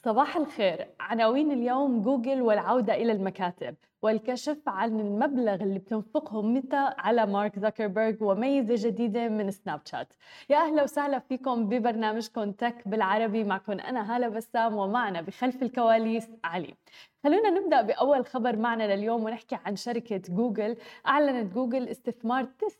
صباح الخير. عناوين اليوم: جوجل والعودة إلى المكاتب، والكشف عن المبلغ اللي بتنفقه ميتا على مارك زوكربيرج، وميزة جديدة من سناب شات. يا أهلا وسهلا فيكم ببرنامجكم تك بالعربي. معكم أنا هالة بسام، ومعنا بخلف الكواليس علي. خلونا نبدأ بأول خبر معنا لليوم ونحكي عن شركة جوجل. أعلنت جوجل استثمار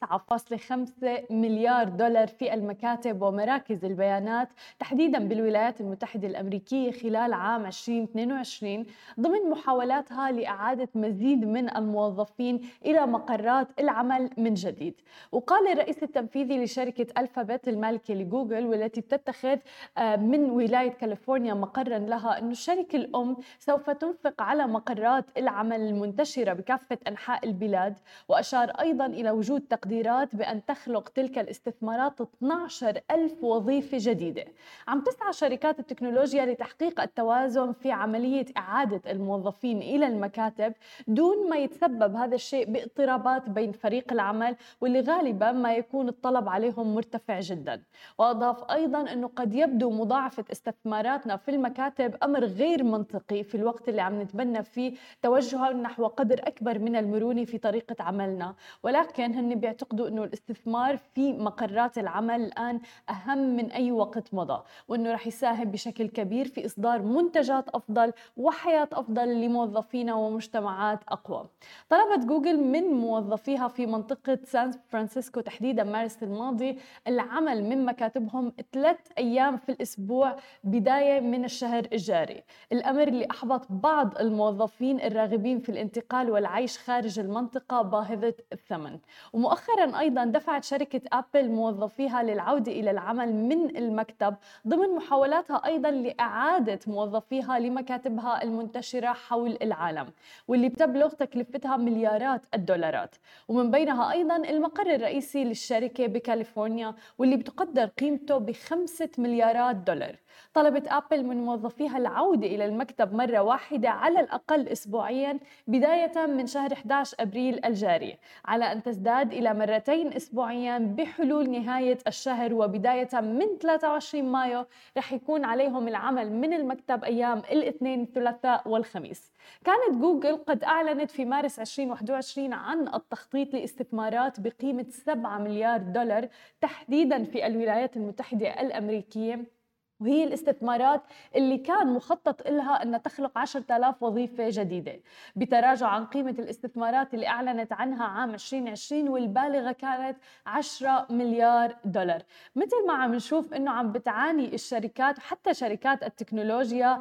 9.5 مليار دولار في المكاتب ومراكز البيانات تحديداً بالولايات المتحدة الأمريكية خلال عام 2022، ضمن محاولاتها لإعادة مزيد من الموظفين إلى مقرات العمل من جديد. وقال الرئيس التنفيذي لشركة ألفابت المالكة لجوجل، والتي بتتخذ من ولاية كاليفورنيا مقراً لها، أن الشركة الأم سوف تنفق على مقرات العمل المنتشرة بكافة أنحاء البلاد. وأشار أيضاً إلى وجود تقديرات بأن تخلق تلك الاستثمارات 12 ألف وظيفة جديدة. عم تسعى شركات التكنولوجيا لتحقيق التوازن في عملية إعادة الموظفين إلى المكاتب دون ما يتسبب هذا الشيء باضطرابات بين فريق العمل، واللي غالبا ما يكون الطلب عليهم مرتفع جدا. وأضاف أيضا أنه قد يبدو مضاعفة استثماراتنا في المكاتب أمر غير منطقي في الوقت اللي عم نتبنى فيه توجها نحو قدر أكبر من المرونة في طريقة عملنا، ولكن هن بيعتقدوا أنه الاستثمار في مقرات العمل الآن أهم من أي وقت مضى، وأنه رح يساهم بشكل كبير في إصدار منتجات أفضل وحياة أفضل لموظفينا ومجتمعات أقوى. طلبت جوجل من موظفيها في منطقة سان فرانسيسكو تحديدا مارس الماضي العمل من مكاتبهم 3 أيام في الأسبوع بداية من الشهر الجاري، الأمر اللي أحبط بعض الموظفين الراغبين في الانتقال والعيش خارج المنطقة باهظة الثمن. ومؤخرا أيضا دفعت شركة أبل موظفيها للعودة إلى العمل من المكتب ضمن محاولاتها أيضا لإعادة موظفيها لمكاتبها المنتشرة حول العالم، واللي بتبلغ تكلفتها مليارات الدولارات. ومن بينها أيضا المقر الرئيسي للشركة بكاليفورنيا، واللي بتقدر قيمته ب5 مليارات دولار. طلبت أبل من موظفيها العودة إلى المكتب مرة واحدة على الأقل أسبوعيا بداية من شهر 11 أبريل الجاري، على أن تزداد إلى 2 أسبوعيا بحلول نهاية الشهر. وبداية من 23 مايو رح يكون عليهم العمل من المكتب أيام الاثنين الثلاثاء والخميس. كانت جوجل قد أعلنت في مارس 2021 عن التخطيط لاستثمارات بقيمة 7 مليار دولار تحديدا في الولايات المتحدة الأمريكية، وهي الاستثمارات اللي كان مخطط لها أن تخلق 10,000 وظيفة جديدة، بتراجع عن قيمة الاستثمارات اللي أعلنت عنها عام 2020 والبالغة كانت 10 مليار دولار. مثل ما عم نشوف أنه عم بتعاني الشركات وحتى شركات التكنولوجيا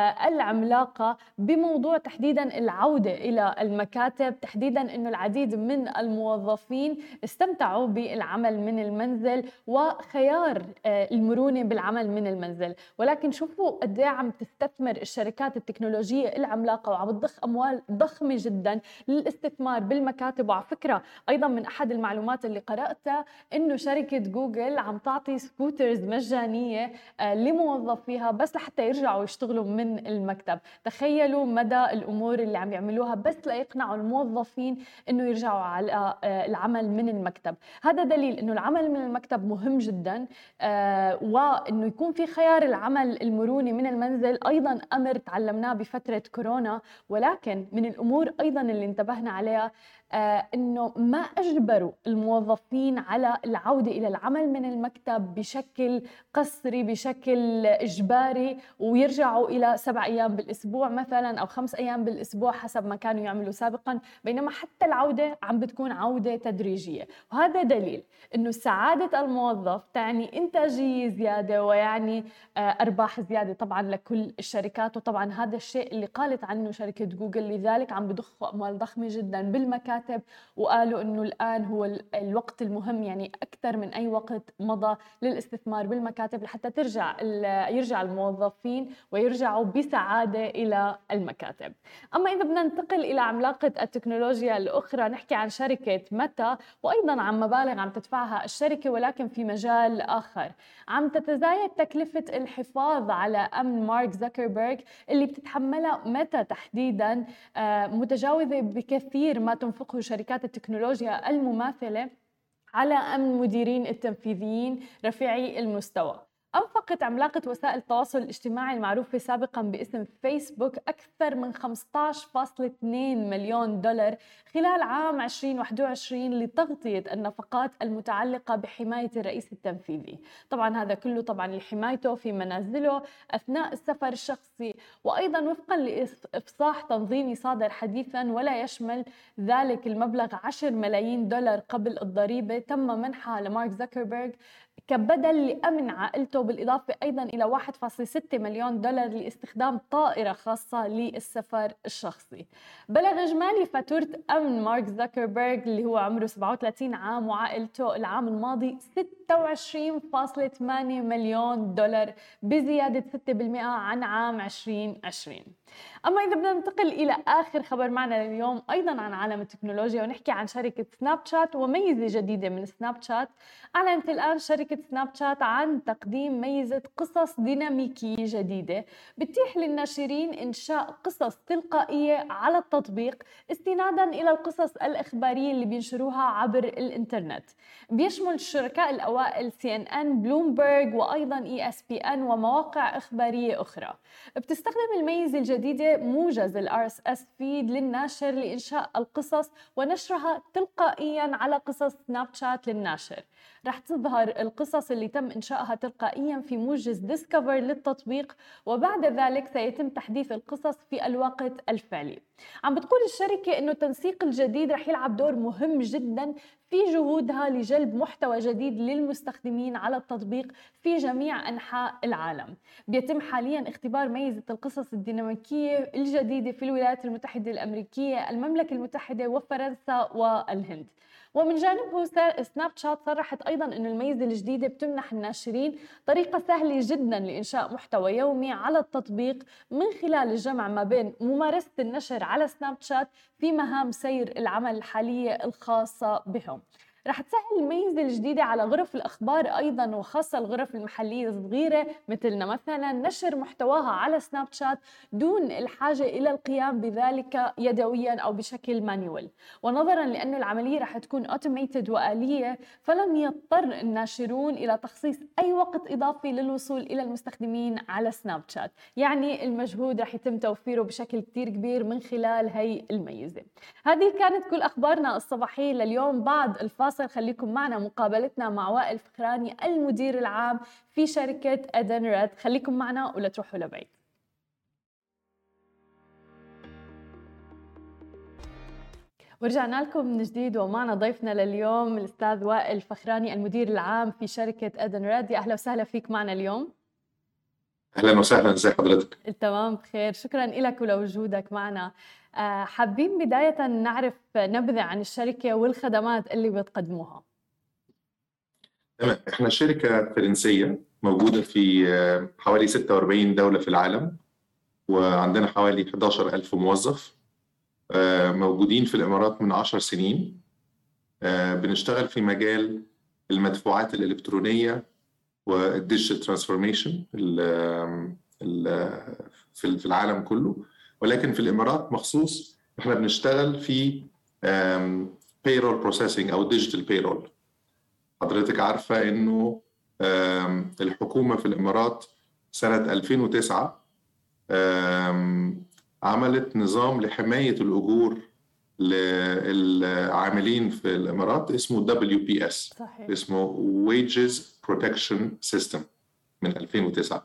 العملاقة بموضوع تحديدا العودة إلى المكاتب، تحديدا أنه العديد من الموظفين استمتعوا بالعمل من المنزل وخيار المرونة بالعمل من المنزل. ولكن شوفوا قد ايه عم تستثمر الشركات التكنولوجية العملاقة وعم تضخ أموال ضخمة جدا للاستثمار بالمكاتب. وعلى فكرة أيضا من أحد المعلومات اللي قرأتها إنه شركة جوجل عم تعطي سكوترز مجانية لموظفيها بس لحتى يرجعوا يشتغلوا من المكتب. تخيلوا مدى الأمور اللي عم يعملوها بس ليقنعوا الموظفين إنه يرجعوا على العمل من المكتب. هذا دليل إنه العمل من المكتب مهم جدا، وإنه يكون في خيار العمل المروني من المنزل أيضا أمر تعلمناه بفترة كورونا. ولكن من الأمور أيضا اللي انتبهنا عليها إنه ما أجبروا الموظفين على العودة إلى العمل من المكتب بشكل قسري بشكل إجباري ويرجعوا إلى 7 أيام بالأسبوع مثلا أو 5 أيام بالأسبوع حسب ما كانوا يعملوا سابقا، بينما حتى العودة عم بتكون عودة تدريجية. وهذا دليل إنه سعادة الموظف تعني إنتاجية زيادة ويعني أرباح زيادة طبعا لكل الشركات. وطبعا هذا الشيء اللي قالت عنه شركة جوجل، لذلك عم بضخوا أموال ضخمة جدا بالمكاتب، وقالوا إنه الآن هو الوقت المهم، يعني أكثر من أي وقت مضى، للاستثمار بالمكاتب لحتى يرجع الموظفين ويرجعوا بسعادة إلى المكاتب. أما إذا بدنا ننتقل إلى عملاقة التكنولوجيا الأخرى، نحكي عن شركة ميتا، وأيضا عن مبالغ عم تدفعها الشركة ولكن في مجال آخر. عم تتزايد تكلفة الحفاظ على أمن مارك زوكربيرج اللي بتتحملها ميتا تحديدا، متجاوزة بكثير ما تنفقه شركات التكنولوجيا المماثلة على أمن مديرين التنفيذيين رفيعي المستوى. أنفقت عملاقة وسائل التواصل الاجتماعي المعروفة سابقاً باسم فيسبوك أكثر من 15.2 مليون دولار خلال عام 2021 لتغطية النفقات المتعلقة بحماية الرئيس التنفيذي. طبعاً هذا كله طبعاً لحمايته في منازله أثناء السفر الشخصي، وأيضاً وفقاً لإفصاح تنظيمي صادر حديثاً ولا يشمل ذلك المبلغ 10 ملايين دولار قبل الضريبة تم منحها لمارك زوكربيرغ كبدل لأمن عائلته، بالإضافة أيضاً إلى 1.6 مليون دولار لاستخدام طائرة خاصة للسفر الشخصي. بلغ إجمالي فاتورة أمن مارك زوكربيرغ اللي هو عمره 37 عام وعائلته العام الماضي 26.8 مليون دولار، بزيادة 6% عن عام 2020. أما إذا بدنا ننتقل إلى آخر خبر معنا اليوم أيضاً عن عالم التكنولوجيا ونحكي عن شركة سناب شات وميزة جديدة من سناب شات. أعلنت الآن شركة سناب شات عن تقديم ميزة قصص ديناميكية جديدة بتتيح للناشرين إنشاء قصص تلقائية على التطبيق استناداً إلى القصص الإخبارية اللي بينشروها عبر الإنترنت. بيشمل الشركاء الأوائل CNN، بلومبرج، وأيضاً ESPN ومواقع إخبارية أخرى. بتستخدم الميزة الجديدة موجز ال RSS feed للناشر لإنشاء القصص ونشرها تلقائياً على قصص سناب شات للناشر. رح تظهر القصص اللي تم إنشائها تلقائياً في موجز ديسكفر للتطبيق، وبعد ذلك سيتم تحديث القصص في الوقت الفعلي. عم بتقول الشركة إنه التنسيق الجديد رح يلعب دور مهم جداً في جهودها لجلب محتوى جديد للمستخدمين على التطبيق في جميع أنحاء العالم. بيتم حالياً اختبار ميزة القصص الديناميكية الجديدة في الولايات المتحدة الأمريكية، المملكة المتحدة وفرنسا والهند. ومن جانبه سناب شات صرحت أيضاً أن الميزة الجديدة بتمنح الناشرين طريقة سهلة جداً لإنشاء محتوى يومي على التطبيق من خلال الجمع ما بين ممارسة النشر على سناب شات في مهام سير العمل الحالية الخاصة بهم. رح تسهل الميزة الجديدة على غرف الأخبار أيضاً، وخاصة الغرف المحلية الصغيرة مثلنا مثلاً، نشر محتواها على سناب شات دون الحاجة إلى القيام بذلك يدوياً أو بشكل مانيوال. ونظراً لأنه العملية رح تكون أوتوميتد وآلية، فلن يضطر الناشرون إلى تخصيص أي وقت إضافي للوصول إلى المستخدمين على سناب شات. يعني المجهود رح يتم توفيره بشكل كتير كبير من خلال هي الميزة. هذه كانت كل أخبارنا الصباحية لليوم. بعد الفاصل خليكم معنا مقابلتنا مع وائل فخراني المدير العام في شركة أدنريد. خليكم معنا ولا تروحوا لبعيد. ورجعنا لكم من جديد ومعنا ضيفنا لليوم الأستاذ وائل فخراني المدير العام في شركة أدنريد. يا أهلا وسهلا فيك معنا اليوم. اهلا وسهلا، ازي حضرتك؟ تمام بخير، شكرا لك ولوجودك معنا. حابين بداية نعرف نبذة عن الشركة والخدمات اللي بتقدموها. تمام، احنا شركة فرنسية موجودة في حوالي 46 دولة في العالم، وعندنا حوالي 11,000 موظف. موجودين في الإمارات من 10 سنين. بنشتغل في مجال المدفوعات الإلكترونية والديجيتال ترانسفورميشن في العالم كله، ولكن في الإمارات مخصوص احنا بنشتغل في payroll processing أو digital payroll. حضرتك عارفة إنه الحكومة في الإمارات سنة 2009 عملت نظام لحماية الأجور للعاملين في الإمارات اسمه WPS. صحيح. اسمه Wages Protection System من 2009.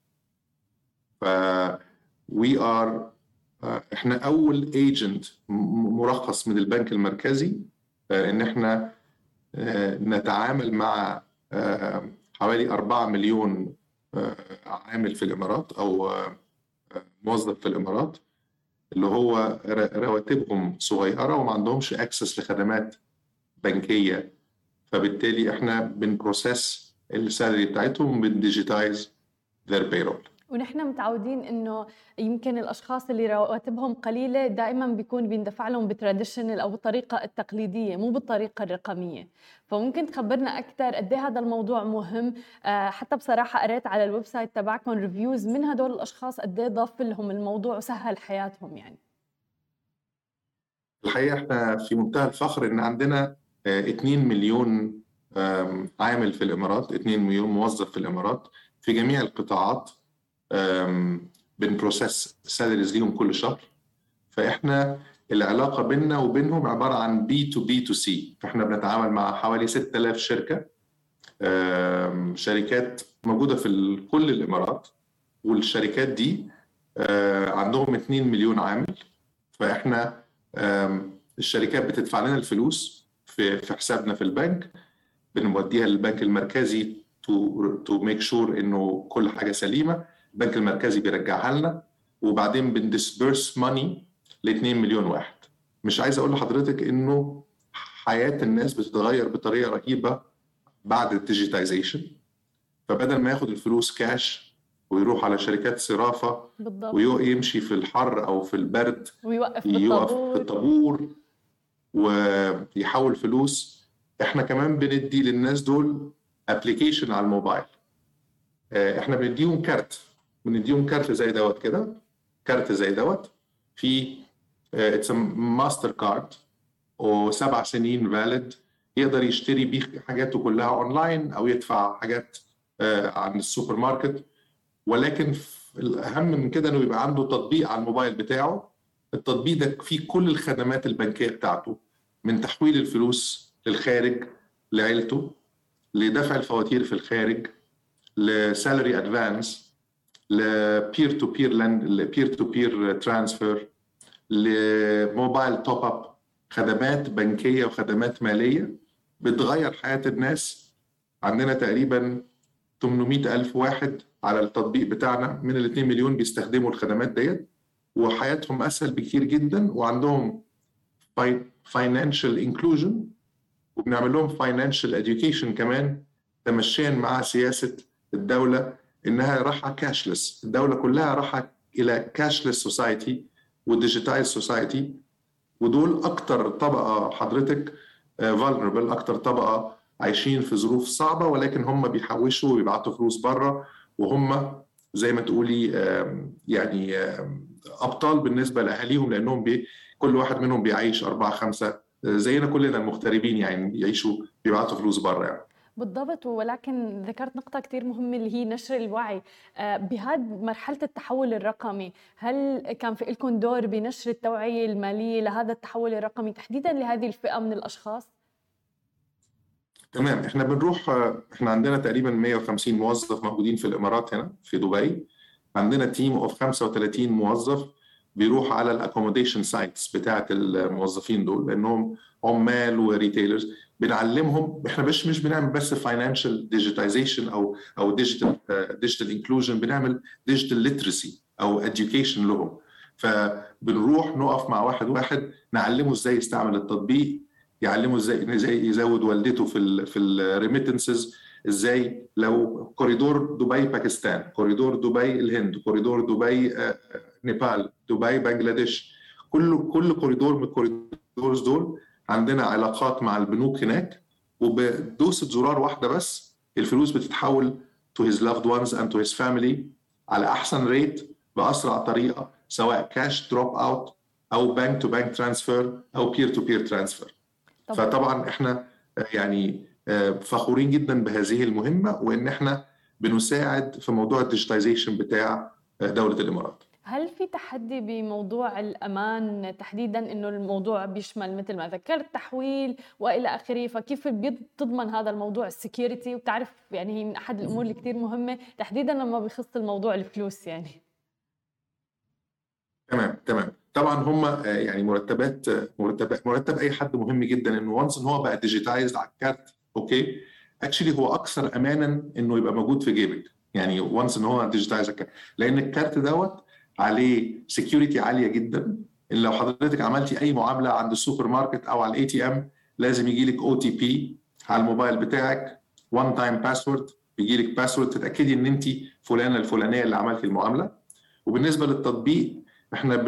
احنا أول ايجنت مرخص من البنك المركزي إن احنا نتعامل مع حوالي 4 مليون عامل في الإمارات أو موظف في الإمارات، اللي هو رواتبهم صغيرة وما عندهمش أكسس لخدمات بنكية. فبالتالي إحنا بنبروسس السالري بتاعتهم وبنديجيتايز their payroll. ونحن متعودين انه يمكن الاشخاص اللي رواتبهم قليله دائما بيكون بيندفع لهم بتراديشنال او بالطريقه التقليديه مو بالطريقه الرقميه. فممكن تخبرنا اكثر قد ايه هذا الموضوع مهم؟ حتى بصراحه قريت على الويب سايت تبعكم ريفيوز من هدول الاشخاص قد ايه ضاف لهم الموضوع وسهل حياتهم. يعني الحقيقه احنا في منتهى الفخر ان عندنا 2 مليون عامل في الامارات، 2 مليون موظف في الامارات في جميع القطاعات، بنبروسس سالاريز ليهم كل شهر. فاحنا العلاقه بيننا وبينهم عباره عن B2B2C. فاحنا بنتعامل مع حوالي 6000 شركه، شركات موجوده في كل الامارات، والشركات دي عندهم 2 مليون عامل. فاحنا الشركات بتدفع لنا الفلوس في حسابنا في البنك، بنوديها للبنك المركزي to make sure انه كل حاجه سليمه. البنك المركزي بيرجعها لنا، وبعدين بندسبرس ماني ل 2 مليون واحد. مش عايز اقول لحضرتك انه حياه الناس بتتغير بطريقه رهيبه بعد الديجيتايزيشن. فبدل ما ياخد الفلوس كاش ويروح على شركات صرافه بالضبط، ويمشي في الحر او في البرد ويوقف يقف في بالطابور. الطابور ويحول فلوس، احنا كمان بندي للناس دول ابلكيشن على الموبايل. احنا بنديهم كارت زي دوت كده، كارت زي دوت في اتس ماستر كارد و7 سنين فاليد، يقدر يشتري بيه حاجاته كلها اونلاين او يدفع حاجات عن السوبر ماركت. ولكن الاهم من كده انه يبقى عنده تطبيق على الموبايل بتاعه. التطبيق ده فيه كل الخدمات البنكيه بتاعته، من تحويل الفلوس للخارج لعيلته، لدفع الفواتير في الخارج، لسالري ادفانس، لبير تو بير ترانسفير، لموبايل توب اب، خدمات بنكيه وخدمات ماليه بتغير حياه الناس. عندنا تقريبا 800,000 واحد على التطبيق بتاعنا من 2 مليون بيستخدموا الخدمات ديت، وحياتهم اسهل بكتير جدا، وعندهم financial inclusion، وبنعمل لهم financial education كمان، تمشيا مع سياسة الدولة إنها راحة كاشلس. الدولة كلها راحة إلى كاشلس سوسايتي وديجيتايز سوسايتي، ودول أكتر طبقة حضرتك vulnerable، أكتر طبقة عايشين في ظروف صعبة، ولكن هم بيحوشوا ويبعتوا فلوس بره، وهم زي ما تقولي يعني أبطال بالنسبة لأهاليهم، لأنهم كل واحد منهم بيعيش 4-5 زينا كلنا المغتربين، يعني بيعيشوا بيبعتوا فلوس بره يعني. بالضبط. ولكن ذكرت نقطة كتير مهمة اللي هي نشر الوعي بهذه مرحلة التحول الرقمي. هل كان في لكم دور بنشر التوعية المالية لهذا التحول الرقمي تحديدا لهذه الفئة من الأشخاص؟ تمام، احنا بنروح، احنا عندنا تقريبا 150 موظف موجودين في الامارات هنا في دبي. عندنا تيم اوف 35 موظف بيروح على الاكوموديشن سايتس بتاعه الموظفين دول، لانهم عمال وريتيلرز. بنعلمهم، احنا مش بنعمل بس فاينانشال ديجيتايزيشن او ديجيتال انكلوجن، بنعمل ديجيتال ليترسي او اديوكيشن لهم. فبنروح نقف مع واحد نعلمه ازاي يستعمل التطبيق، يعلمه ازاي يزود والدته في الريميتنسز، ازاي لو كوريدور دبي باكستان، كوريدور دبي الهند، كوريدور دبي نيبال، دبي بنجلاديش، كل كوريدور من الكوريدورز دول عندنا علاقات مع البنوك هناك، وبدوسة زرار واحدة بس الفلوس بتتحول to his loved ones and to his family على أحسن ريت بأسرع طريقة، سواء كاش دروب أوت أو بانك تو بانك ترانسفير أو بير تو بير ترانسفير. فطبعا احنا يعني فخورين جدا بهذه المهمة، وإن احنا بنساعد في موضوع الديجيتايزيشن بتاع دولة الإمارات. هل في تحدي بموضوع الأمان تحديداً، إنه الموضوع بيشمل مثل ما ذكرت تحويل وإلى آخره، فكيف بتضمن هذا الموضوع السكيورتي؟ وبتعرف يعني هي من أحد الأمور اللي كتير مهمة تحديداً لما بيخص الموضوع الفلوس يعني. تمام. طبعا هم يعني مرتب اي حد مهم جدا، انه وانس ان هو بقى ديجيتايزد على الكارت، اوكي اكشلي هو اكثر امانا انه يبقى موجود في جيبك، يعني وانس ان هو ديجيتايزد الكارت، لان الكارت دوت عليه سكيورتي عاليه جدا. ان لو حضرتك عملتي اي معامله عند السوبر ماركت او على الاي تي ام، لازم يجي لك OTP على الموبايل بتاعك، وان تايم باسورد، بيجي لك باسورد تتاكدي ان انت فلانه الفلانيه اللي عملتي المعامله. وبالنسبه للتطبيق، احنا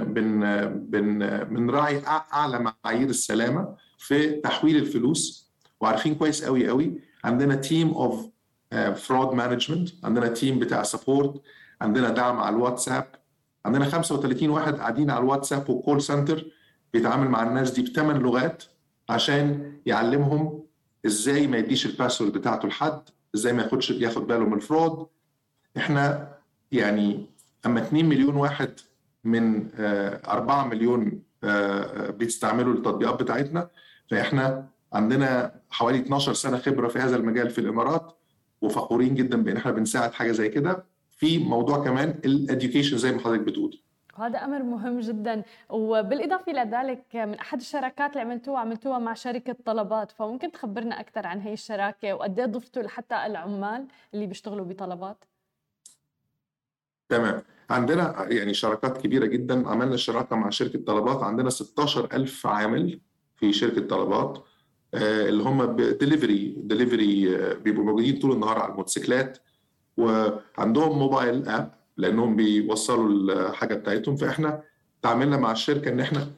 بنراعي اعلى معايير السلامه في تحويل الفلوس، وعارفين كويس قوي عندنا تيم اوف فرود مانجمنت، عندنا تيم بتاع سبورت، عندنا دعم على الواتساب، عندنا 35 واحد قاعدين على الواتساب وكول سنتر بيتعامل مع الناس دي ب8 لغات، عشان يعلمهم ازاي ما يديش الباسورد بتاعته لحد، ازاي ما ياخد باله من الفرود، احنا يعني اما 2 مليون واحد من 4 مليون بيستعملوا التطبيقات بتاعتنا، فاحنا عندنا حوالي 12 سنة خبرة في هذا المجال في الإمارات، وفخورين جدا بان احنا بنساعد حاجة زي كده. في موضوع كمان الاديوكيشن زي ما حضرتك بتقول، هذا أمر مهم جدا. وبالإضافة إلى ذلك من أحد الشراكات اللي عملتوها مع شركة طلبات، فممكن تخبرنا أكثر عن هي الشراكة وقد إيه ضفتوا لحتى العمال اللي بيشتغلوا بطلبات؟ تمام. عندنا يعني شراكات كبيرة جدا. عملنا شراكة مع شركة طلبات، عندنا 16,000 عامل في شركة طلبات، اللي هم دليفري بيبقوا موجودين طول النهار على الموتوسيكلات، وعندهم موبايل اب لانهم بيوصلوا الحاجه بتاعتهم. فاحنا تعاملنا مع الشركه ان احنا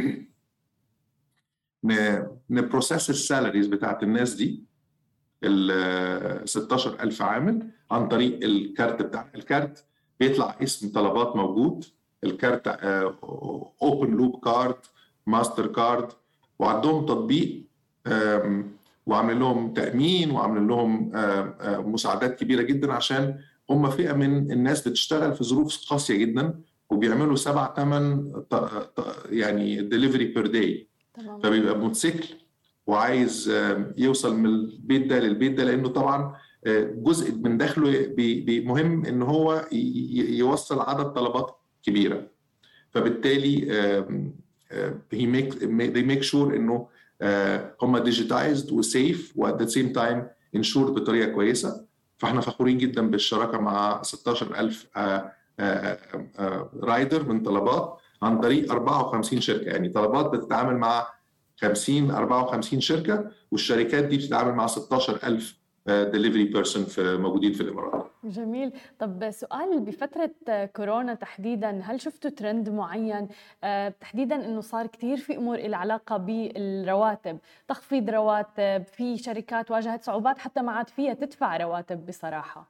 نبروسيس السالاريز بتاعت الناس دي، ال 16,000 عامل، عن طريق الكارت بتاع الكارت. بيطلع اسم طلبات موجود، الكارت اوبن لوب كارد، ماستر كارد، وعندهم تطبيق، وعامل لهم تأمين، وعامل لهم مساعدات كبيرة جدا، عشان هم فئة من الناس بتشتغل في ظروف قاسية جدا، وبيعملوا 7-8 يعني ديليفري بير داي. فبيبقى موتوسيكل وعايز يوصل من البيت ده للبيت ده، لأنه طبعا جزء من دخله مهم ان هو يوصل عدد طلبات كبيرة. فبالتالي they make sure انه هم ديجيتايزد وسيف، وات ذا سيم تايم انشورد بطريقه كويسه. فاحنا فخورين جدا بالشراكه مع 16,000 رايدر من طلبات عن طريق 54 شركه. يعني طلبات بتتعامل مع 54 شركه، والشركات دي بتتعامل مع 16,000 ديليفري بيرسون موجودين في الامارات. جميل. طب سؤال، بفترة كورونا تحديدا هل شفتوا ترند معين تحديدا انه صار كتير في امور لها علاقة بالرواتب، تخفيض رواتب، في شركات واجهت صعوبات حتى ما عاد فيها تدفع رواتب بصراحة؟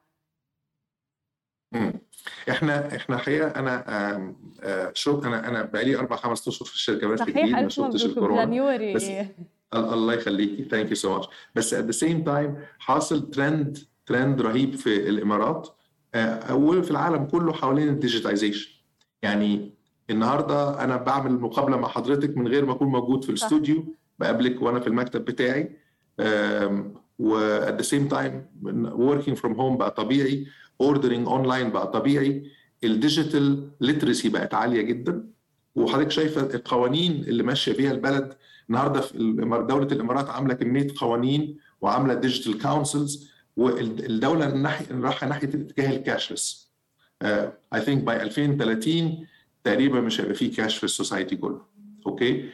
احنا حقيقه انا شوف انا بقالي 4-5 اشهر في الشركه، بس صحيح، ما شفتش الكورونا. بس الله يخليكي، ثانك يو سو ماتش. بس at the same time حاصل ترند رهيب في الامارات وفي العالم كله حوالين الديجيتايزيشن. يعني النهارده انا بعمل مقابله مع حضرتك من غير ما اكون موجود في الاستوديو، بقابلك وانا في المكتب بتاعي، و at the same time working from home بقى طبيعي، اوردرنج اونلاين بقى طبيعي، الديجيتال ليترسي بقت عاليه جدا. وحضرتك شايفه القوانين اللي ماشيه بيها البلد النهارده. في دوله الامارات عامله كميه قوانين وعامله ديجيتال كونسلز، والدوله رايحه ناحيه الاتجاه الكاشلس. اي ثينك باي 2030 تقريبا مش هيبقى فيه كاش في السوسايتي كله. اوكي،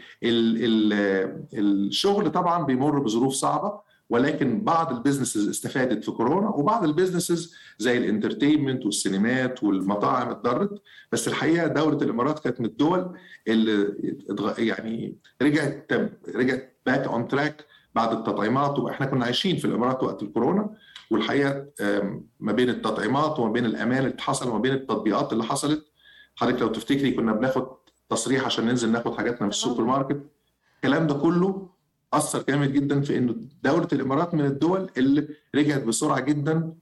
الشغل طبعا بيمر بظروف صعبه، ولكن بعض البيزنسز استفادت في كورونا، وبعض البيزنسز زي الانترتينمنت والسينمات والمطاعم اتضرت. بس الحقيقه دوله الامارات كانت من الدول اللي يعني رجعت باك اون تراك بعد التطعيمات. واحنا كنا عايشين في الامارات وقت الكورونا، والحقيقه ما بين التطعيمات وما بين الامان اللي حصل وما بين التطبيقات اللي حصلت، حضرتك لو تفتكري كنا بناخد تصريح عشان ننزل ناخد حاجاتنا من السوبر ماركت. الكلام ده كله أثر جامد جدا في إنه دولة الإمارات من الدول اللي رجعت بسرعة جدا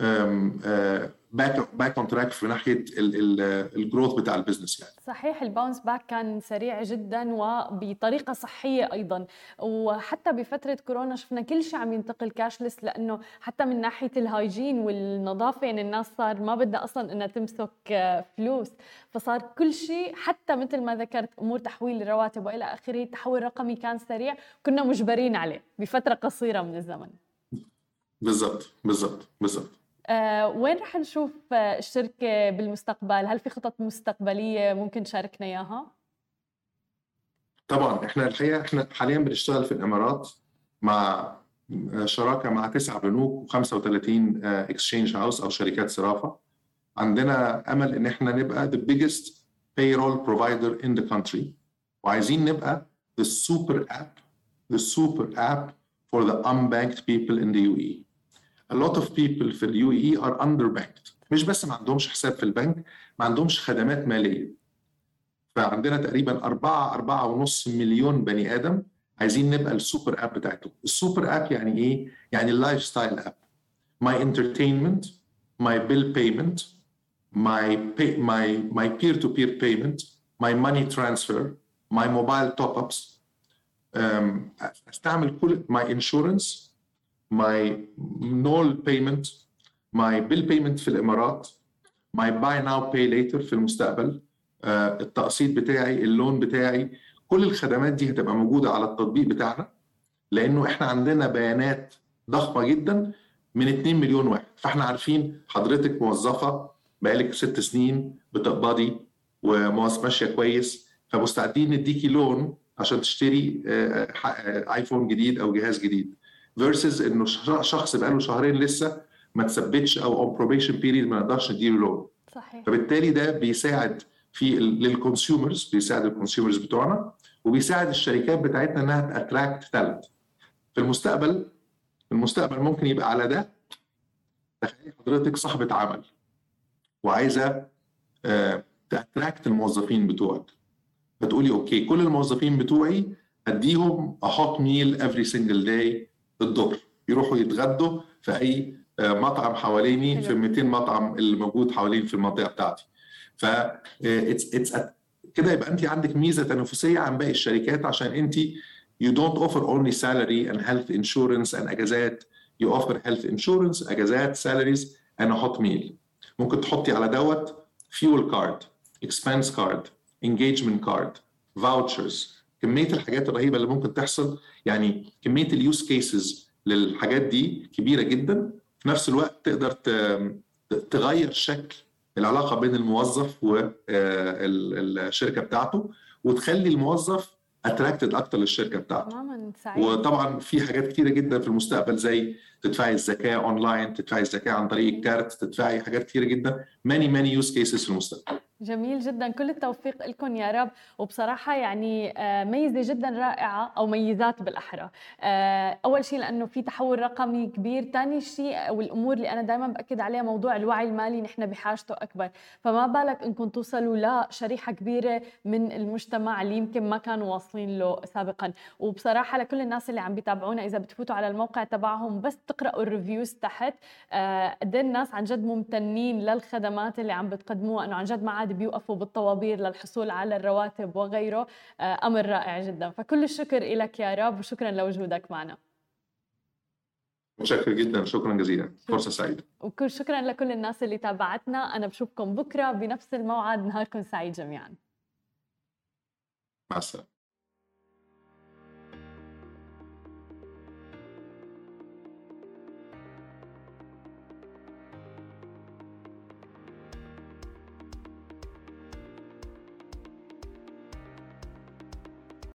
باك اون تراك في ناحية الجروث بتاع البيزنس. يعني صحيح، الباونس باك كان سريع جدا وبطريقة صحية أيضا. وحتى بفترة كورونا شفنا كل شيء عم ينتقل كاشلس، لأنه حتى من ناحية الهايجين والنظافة يعني الناس صار ما بدها أصلا أنها تمسك فلوس، فصار كل شيء حتى مثل ما ذكرت أمور تحويل الرواتب وإلى آخره. التحول الرقمي كان سريع، كنا مجبرين عليه بفترة قصيرة من الزمن. بالضبط. وين رح نشوف الشركة بالمستقبل؟ هل في خطط مستقبلية ممكن تشاركنا إياها؟ طبعا احنا حاليا بنشتغل في الإمارات مع شراكة مع 9 بنوك و35 اكسشينج هاوس أو شركات صرافة. عندنا أمل إن احنا نبقى the biggest payroll provider in the country، وعايزين نبقى the super app for the unbanked people in the UAE. A lot of people في ال UAE are underbanked، مش بس ما عندهمش حساب في البنك، ما عندهمش خدمات مالية. فعندنا تقريبا 4.5 مليون بني آدم عايزين نبقى السوبر اب بتاعته. السوبر اب يعني ايه؟ يعني اللايف ستايل اب، ماي انترتينمنت، my bill payment, my peer-to-peer payment, my money transfer, my mobile top-ups. استعمل كل my insurance, my NOL payment, my bill payment في الإمارات, my buy now pay later في المستقبل, التقسيط بتاعي, اللون بتاعي. كل الخدمات دي هتبقى موجودة على التطبيق بتاعنا، لأنه إحنا عندنا بيانات ضخمة جدا من 2 مليون واحد. فإحنا عارفين حضرتك موظفة بقالك 6 سنين بتقبضي وماشية كويس، فمستعدين نديكي لون عشان تشتري ايفون جديد او جهاز جديد، versus انه شخص بقاله شهرين لسه ما تثبتش او on probation period ما نقدرش نديله لون. صحيح. فبالتالي ده بيساعد في للكونسيومرز، بيساعد الكونسيومرز بتوعنا، وبيساعد الشركات بتاعتنا انها تاتراكت تالنت. في المستقبل ممكن يبقى على ده. تخيل حضرتك صاحبة عمل وعايزه تاتراكت الموظفين بتوعك، فتقولي اوكي كل الموظفين بتوعي اديهم a hot meal every single day الظهر، يروحوا يتغدوا في اي مطعم حواليني في 200 مطعم اللي موجود حوالين في المنطقه بتاعتي. ف كده يبقى انت عندك ميزه تنافسيه عن باقي الشركات، عشان انت you don't offer only salary and health insurance and اجازات، you offer health insurance اجازات salaries and a hot meal. ممكن تحطي على دوت fuel card, expense card, engagement card, vouchers. كمية الحاجات الرهيبة اللي ممكن تحصل، يعني كمية اليوز كيسز للحاجات دي كبيرة جدا. في نفس الوقت تقدر تغير شكل العلاقة بين الموظف والشركة بتاعته، وتخلي الموظف اتراكتد اكتر للشركه بتاعته. تماما سعيد. وطبعا في حاجات كتيره جدا في المستقبل، زي تدفعي الزكاه اونلاين، تدفعي الزكاه عن طريق الكارت، تدفعي حاجات كتيره جدا، many يوز كيسز في المستقبل. جميل جدا، كل التوفيق لكم يا رب. وبصراحة يعني ميزة جدا رائعة، أو ميزات بالأحرى. أول شيء لأنه في تحول رقمي كبير، ثاني شيء والأمور اللي أنا دائما بأكد عليها موضوع الوعي المالي نحن بحاجته أكبر، فما بالك إنكم توصلوا لشريحة كبيرة من المجتمع اللي يمكن ما كانوا واصلين له سابقا. وبصراحة لكل الناس اللي عم بيتابعونا، إذا بتفوتوا على الموقع تبعهم بس تقرأوا الريفيوز تحت، قد الناس عن جد ممتنين للخدمات اللي عم بتقدموها، إنه عن جد ما عاد بيوقفوا بالطوابير للحصول على الرواتب وغيره. أمر رائع جدا، فكل الشكر لك يا رب، وشكرا لوجودك معنا. متشكر جدا، شكرا جزيلا، فرصة سعيدة. وكل شكرا لكل الناس اللي تابعتنا. أنا بشوفكم بكرة بنفس الموعد، نهاركم سعيد جميعا. مع السلامة.